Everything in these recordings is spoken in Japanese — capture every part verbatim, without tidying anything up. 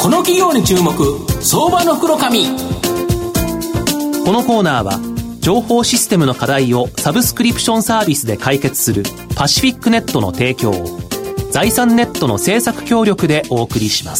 この企業に注目、相場の福の神。 このコーナーは情報システムの課題をサブスクリプションサービスで解決するパシフィックネットの提供を財産ネットの制作協力でお送りします。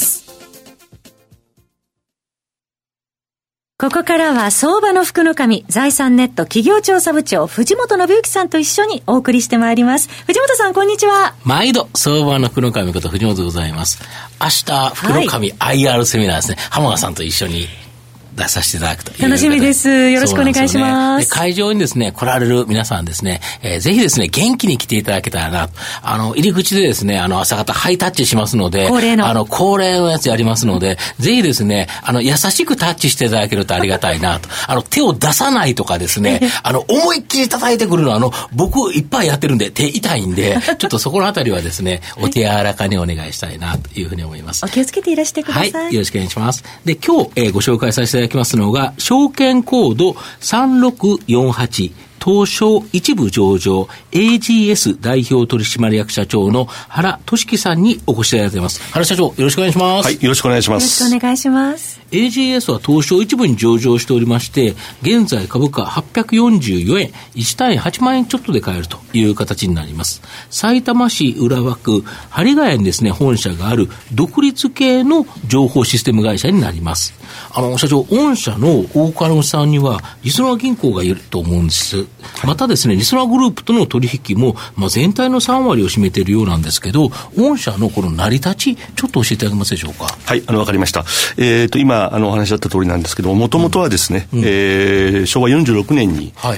ここからは相場の福の神、財産ネット企業調査部長藤本信之さんと一緒にお送りしてまいります。藤本さん、こんにちは。 毎度相場の福の神こと藤本でございます。明日福の神 アイアール セミナーですね、浜田さんと一緒に出させていただくという。 楽しみです。よろしくお願いします。 で、会場にですね来られる皆さんですね、えー、ぜひですね元気に来ていただけたらな。あの入り口でですね、あの朝方ハイタッチしますので、 恒例のあの恒例のやつやりますので、ぜひですねあの優しくタッチしていただけるとありがたいなと。あの手を出さないとかですねあの思いっきり叩いてくるのはあの僕いっぱいやってるんで手痛いんでちょっとそこのあたりはですねお手柔らかにお願いしたいなというふうに思います。 お気をつけていらしてください。 はい、よろしくお願いします。で、今日、えー、ご紹介させていただきますのが証券コードさんろくよんはち東証一部上場 エージーエス 代表取締役社長の原俊樹さんにお越しいただいています。原社長、よろしくお願いします。 はい、よろしくお願いします。 よろしくお願いします。 エージーエス は東証一部に上場しておりまして、現在株価はっぴゃくよんじゅうよえん、いち単位はちまんえんちょっとで買えるという形になります。埼玉市浦和区針ヶ谷にですね本社がある独立系の情報システム会社になります。あの社長、御社の大金さんにはリスナー銀行がいると思うんです。またですねリスナーグループとの取引も、まあ、全体のさんわりを占めているようなんですけど、御社のこの成り立ちちょっと教えていただけますでしょうか。 はい、あの分かりました。えーと今あのお話しあった通りなんですけど、もともとはですね、うんえー、しょうわよんじゅうろくねんに、はい、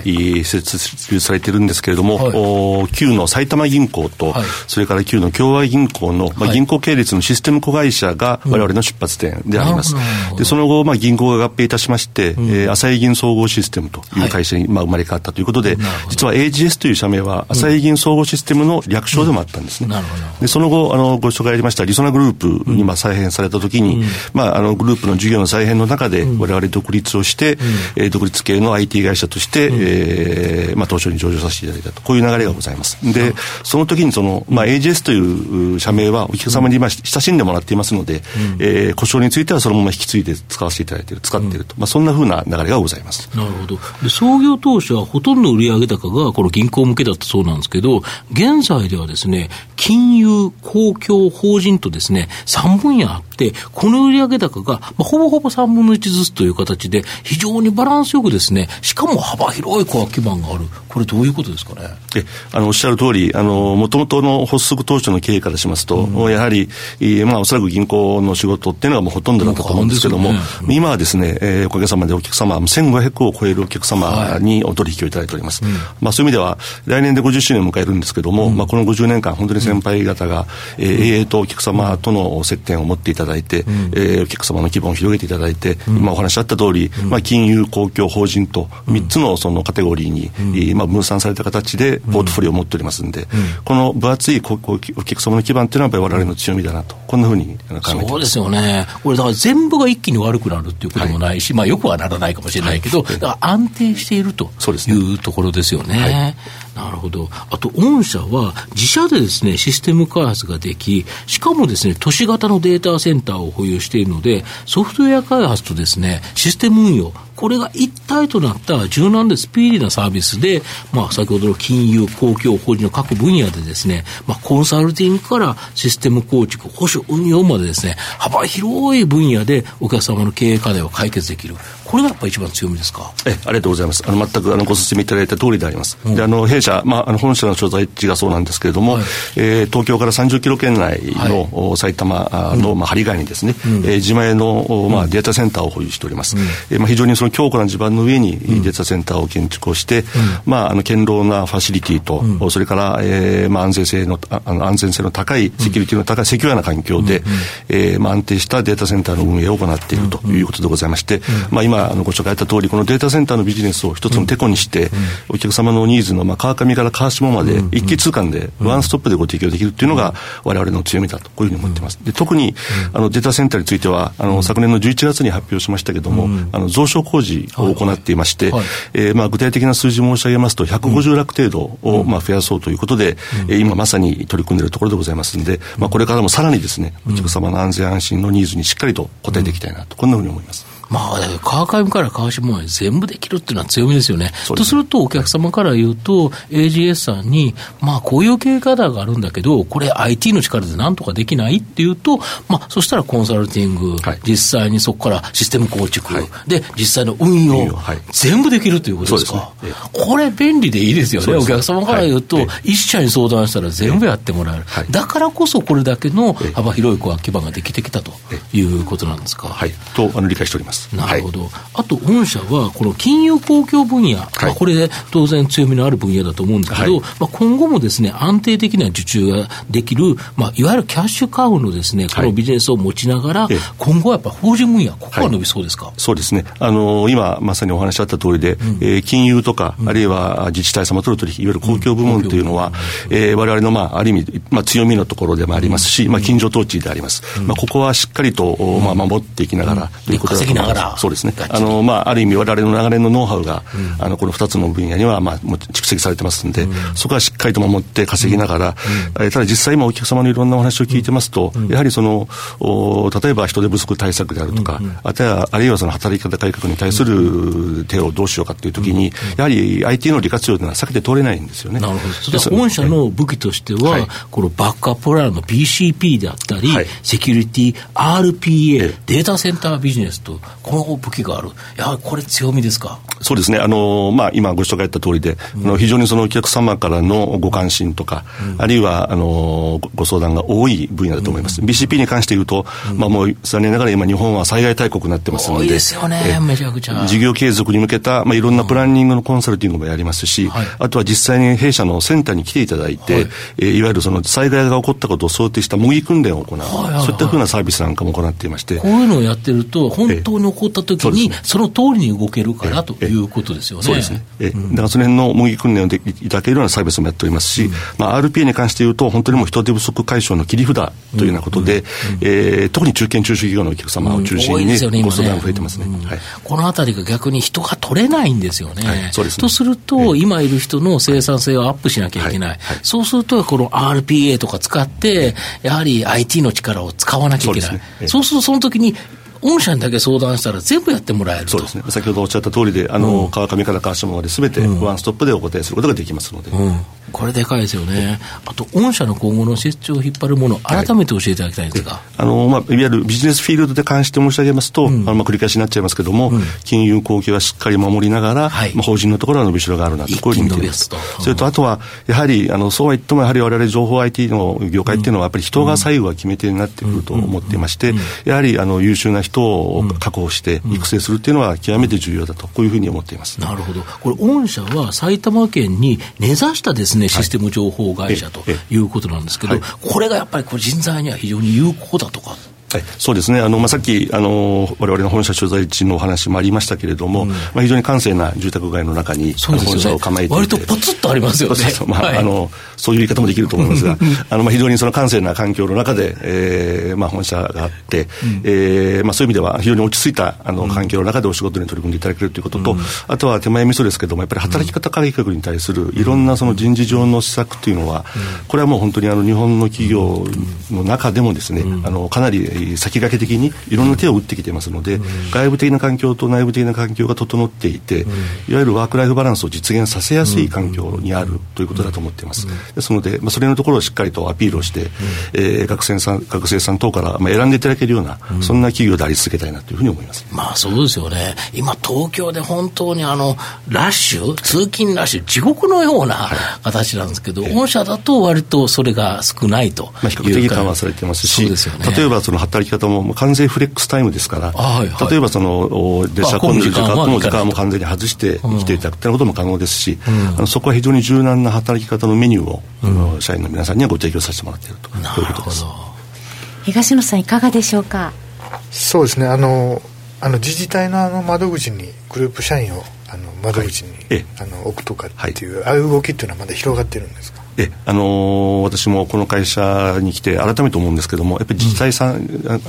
設立されているんですけれども、はい、お旧の埼玉銀行と、はい、それから旧の共和銀行の、まあ、銀行系列のシステム子会社が我々の出発点であります。うん、でその後、まあ、銀行が合併いたしまして、うんえー、朝日銀総合システムという会社に、はいまあ、生まれ変わったということで、実は エージーエス という社名は朝日銀総合システムの略称でもあったんですね。うん、なるほど。でその後あのご紹介ありましたリソナグループにまあ再編されたときに、うんまあ、あのグループの事業の再編の中で我々独立をして、うんえー、独立系の アイティー 会社として、うんえーまあ、東証に上場させていただいたと、こういう流れがございます。でその時にその、まあ、エージーエス という社名はお客様に今親しんでもらっていますので、うんえー、故障についてはそのまま引き継いで使わせていただいている使っていると、うんまあ、そんな風な流れがございます。 なるほど。で創業当初はほとんど売上高がこの銀行向けだったそうなんですけど、現在ではですね金融公共法人とですねさんぶんやあって、この売上高が、まあ、ほぼほぼさんぶんのいちずつという形で非常にバランスよくですね、しかも幅広いコア基盤がある。これどういうことですかね。 えあのおっしゃる通り、あの元々の発足当初の経緯からしますと、うん、やはり、えーまあ、おそらく銀行の仕事っていうのがもうほとんどだったと思うんですけども、ねうん、今はですね、えー、おかげさまでお客様せんごひゃくを超えるお客様にお取引をいただいております。はいまあ、そういう意味では来年でごじゅっしゅうねんを迎えるんですけども、うんまあ、このごじゅうねんかん本当に先輩方が、うんえー、永遠とお客様との接点を持っていただいて、うんえー、お客様の規模を広げていただいて、うん、今お話あった通り、うんまあ、金融公共法人とみっつのそのカテゴリーに、うんえーまあ、分散された形でポートフォリオを持っておりますので、うん、この分厚いお客様の基盤というのはやっぱり我々の強みだなと、こんなふうに考えています。 そうですよね。これだから全部が一気に悪くなるっていうこともないし、はいまあ、よくはならないかもしれないけど、はい、だから安定しているというところですよね。はい、なるほど。あと御社は自社でですねシステム開発ができ、しかもですね都市型のデータセンターを保有しているので、ソフトウェア開発とですねシステム運用、これが一体となった柔軟でスピーディーなサービスで、まあ、先ほどの金融公共法人の各分野でですね、まあ、コンサルティングからシステム構築、保守運用までですね幅広い分野でお客様の経営課題を解決できる、これがやっぱり一番強みですか。 えありがとうございます。あの全くあのご説明いただいた通りであります。うん、であの弊社、まあ、あの本社の所在地がそうなんですけれども、はいえー、東京からさんじゅっキロ圏内の、はい、埼玉の、まあ、針ヶ谷にですね、うんえー、自前の、まあ、データセンターを保有しております。うんえーまあ、非常にその強固な地盤の上にデータセンターを建築をして、うんまあ、あの堅牢なファシリティと、うん、それから、えーまあ、安全性のあの安全性の高いセキュリティの高いセキュアな環境で、うんえーまあ、安定したデータセンターの運営を行っているということでございまして、うんまあ、今あのご紹介あった通り、このデータセンターのビジネスを一つのテコにして、うん、お客様のニーズの、まあ、川上から川下まで一気通貫でワンストップでご提供できるというのが我々の強みだと、こういうふうに思っています。で特にあのデータセンターについてはあの昨年のじゅういちがつに発表しましたけども、うん、あの増床工工事を行っていまして、はいはいえーまあ、具体的な数字申し上げますとひゃくごじゅうラック程度を、うんまあ、増やそうということで、うん、今まさに取り組んでいるところでございますので、うんまあ、これからもさらにですね、お客様の安全安心のニーズにしっかりと応えていきたいなと、こんなふうに思います。 まあ、川上から川下まで全部できるっていうのは強みですよね。とすると、お客様から言うと、エージーエス さんに、まあ、こういう経営課題があるんだけど、これ アイティー の力でなんとかできないっていうと、まあ、そしたらコンサルティング、はい、実際にそこからシステム構築、はい、で、実際の運用、はい、全部できるということですか。そうですね、これ便利でいいですよね。お客様から言うと、はい、一社に相談したら全部やってもらえる。はい、だからこそ、これだけの幅広いこう基盤ができてきたということなんですか。 はい、とあの理解しております。 なるほど。はい、あと御社はこの金融公共分野、はいまあ、これで当然強みのある分野だと思うんですけど、はいまあ、今後もですね安定的な受注ができる、まあ、いわゆるキャッシュカウのですねこのビジネスを持ちながら、はい、今後はやっぱ法人分野ここは伸びそうですか。はい、 そうですね、あのー、今まさにお話あった通りで、うんえー、金融とか、うん、あるいは自治体様との取引いわゆる公共部門というのは、うんえー、我々の、まあ、ある意味、まあ、強みのところでもありますし、うんまあ、近所統治であります、うんまあ、ここはしっかりと、うんまあ、守っていきながら、うん、 ということだと思います。稼ぎながらそうですね、あのーまあ、ある意味我々の長年のノウハウが、うん、あのこのふたつの分野には、まあ、もう蓄積されてますので、うん、そこはしっかりと守って稼ぎながら、うん、ただ実際今お客様のいろんなお話を聞いてますと、うん、やはりその例えば人手不足対策であるとか、うん、あるいはあるいはその働き方改革に対する手をどうしようかというときに、うん、やはり アイティー の利活用というのは避けて通れないんですよね。 なるほど。それは御社の武器としては、はい、このバックアッププランの ビーシーピー であったり、はい、セキュリティ アールピーエー、データセンタービジネスとこの武器がある。やはりこれ強みですか。 そうですね、あの、まあ、今ご紹介あった通りで、うん、あの非常にそのお客様からのご関心とか、うん、あるいはあの ご, ご相談が多い分野だと思います。うん、ビーシーピー に関して言うと、うんまあ、もう残念ながら今日本は災害大国になってますので、 多いですよね、めちゃくちゃ。 事業継続に向けた、まあ、いろんなプランニングのコンサルティングもやりますし、うんはい、あとは実際に弊社のセンターに来ていただいて、はいえー、いわゆるその災害が起こったことを想定した模擬訓練を行う、はいはいはい、そういったふうなサービスなんかも行っていまして、 こういうのをやってると本当に起こった時に、えー、その通りに動けるからということですよね。 そうですね、え、うん、だからその辺の模擬訓練をでいただけるようなサービスもやっておりますし、うんまあ、アールピーエー に関して言うと本当にもう人手不足解消の切り札というようなことで、うんうんえー、特に中堅中小企業のお客様を中心に、ねうんね、ご相談が増えてますね、うんはい、 このあたりが逆に人が取れないんですよね、はい、そうですね。とすると、えー、今いる人の生産性をアップしなきゃいけない、はいはい、そうするとこの アールピーエー とか使ってやはり アイティー の力を使わなきゃいけない。そうですね、えー、そうするとその時に御社にだけ相談したら全部やってもらえると。 そうですね、先ほどおっしゃった通りであの、うん、川上から川下まで全てワンストップでお答えすることができますので、 うん、これでかいですよね。あと御社の今後の成長を引っ張るもの改めて教えていただきたいんですが、はいあのまあ、いわゆるビジネスフィールドで関して申し上げますと、うんあのまあ、繰り返しになっちゃいますけども、うん、金融公共はしっかり守りながら、はいまあ、法人のところは伸びしろがあるなとこういうふうに見ています。それとあとはやはりあのそうは言ってもやはり我々情報 アイティー の業界っていうのはやっぱり人が最後は決め手になってくると思っていまして、やはりあの優秀な人を確保して育成するっていうのは極めて重要だとこういうふうに思っています。 なるほど。これ御社は埼玉県に根ざしたですねシステム情報会社ということなんですけど、はい、これがやっぱりこう人材には非常に有効だとか。 はい、そうですね、あの、まあ、さっきあの我々の本社所在地のお話もありましたけれども、うんまあ、非常に閑静な住宅街の中にそうですよね、 本社を構えていて割とポツッとありますよね。 そうそう、まあはい、あのそういう言い方もできると思いますがあの、まあ、非常にその閑静な環境の中で、えーまあ、本社があって、うんえーまあ、そういう意味では非常に落ち着いたあの環境の中でお仕事に取り組んでいただけるということと、うん、あとは手前味噌ですけどもやっぱり働き方改革に対するいろんなその人事上の施策というのは、うん、これはもう本当にあの日本の企業の中でもですね、うん、あのかなり先駆け的にいろんな手を打ってきていますので、うん、外部的な環境と内部的な環境が整っていて、うん、いわゆるワークライフバランスを実現させやすい環境にあるということだと思っています、うん、ですので、まあ、それのところをしっかりとアピールをして、うんえー、学生さん学生さん等から、まあ、選んでいただけるような、うん、そんな企業であり続けたいなというふうに思います。 まあそうですよね。今東京で本当にあのラッシュ通勤ラッシュ地獄のような形なんですけど、はい、御社だと割とそれが少ないというか、 まあ、比較的緩和されてますし、す、ね、例えばその働き方も完全フレックスタイムですから、はいはい、例えばその電車混んでる時間の時間も完全に外して来ていただくということも可能ですし、うん、あのそこは非常に柔軟な働き方のメニューを、うん、社員の皆さんにはご提供させてもらっているということです。 東野さんいかがでしょうか。 そうですね、あのあの自治体のあの窓口にグループ社員をあの窓口に、はい、あの置くとかっていう、はい、ああいう動きっていうのはまだ広がってるんですか。 えあのー、私もこの会社に来て改めて思うんですけども、やっぱり自治体さん、うん、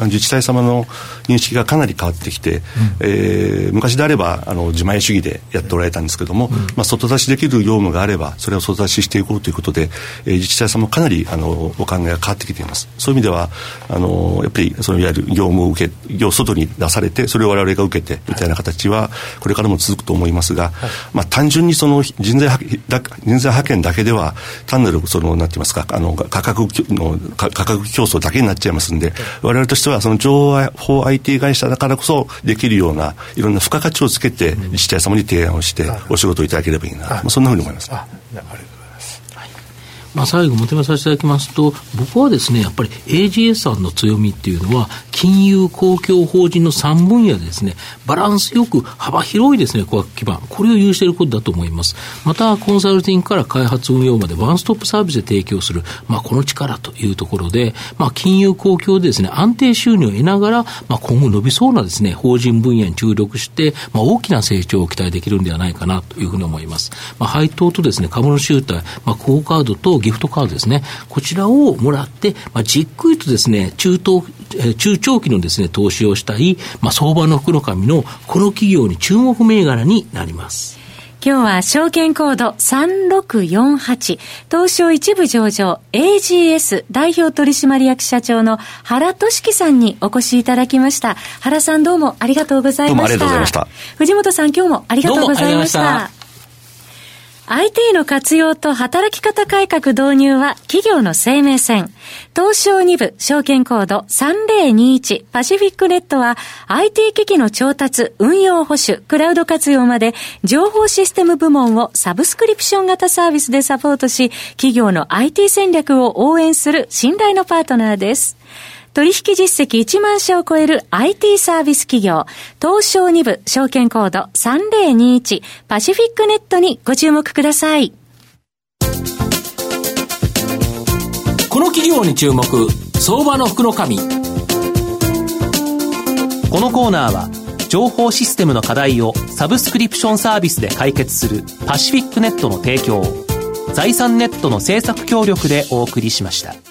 自治体様の認識がかなり変わってきて、うん、えー、昔であればあの自前主義でやっておられたんですけども、うん、まあ、外出しできる業務があればそれを外出ししていこうということで、えー、自治体さんもかなりあのお考えが変わってきています。そういう意味ではあのやっぱりそのいわゆる業務を受け業を外に出されてそれを我々が受けてみたいな形はこれからも続くと思いますが、はい、まあ、単純にその人材派人材派遣だけでは単なるそのなんて言いますか、あの価格の価格競争だけになっちゃいますんで、我々としてはその情報 アイティー 会社だからこそできるようないろんな付加価値をつけて自治体様に提案をしてお仕事をいただければいいな、まあ、そんなふうに思います。あ、ありがとうございます。 まあ、最後まとめさせていただきますと、僕はですねやっぱり エージーエス さんの強みっていうのは金融公共法人のさんぶん野でですねバランスよく幅広いですね顧客基盤、これを有していることだと思います。またコンサルティングから開発運用までワンストップサービスで提供する、まあ、この力というところで、まあ、金融公共でですね安定収入を得ながら、まあ、今後伸びそうなですね法人分野に注力して、まあ、大きな成長を期待できるんではないかなというふうに思います。まあ、配当とですね株主優待、まあ、クオカードとギフトカードですね、こちらをもらって、まあ、じっくりとですね中東、えー、中長期のですね投資をしたい、まあ、相場の福の神のこの企業に注目銘柄になります。 今日は証券コードさんろくよんはち東証一部上場 エージーエス 代表取締役社長の原俊樹さんにお越しいただきました。原さんどうもありがとうございました。 どうもありがとうございました。 藤本さん今日もありがとうございました。アイティー の活用と働き方改革導入は企業の生命線。東証に部証券コードさんぜろにいちパシフィックネットは アイティー 機器の調達、運用保守、クラウド活用まで情報システム部門をサブスクリプション型サービスでサポートし、企業の アイティー 戦略を応援する信頼のパートナーです。取引実績いちまん社を超える アイティー サービス企業、東証に部証券コードさんぜろにいちパシフィックネットにご注目ください。 この企業に注目、相場の福の神。 このコーナーは情報システムの課題をサブスクリプションサービスで解決するパシフィックネットの提供、財産ネットの制作協力でお送りしました。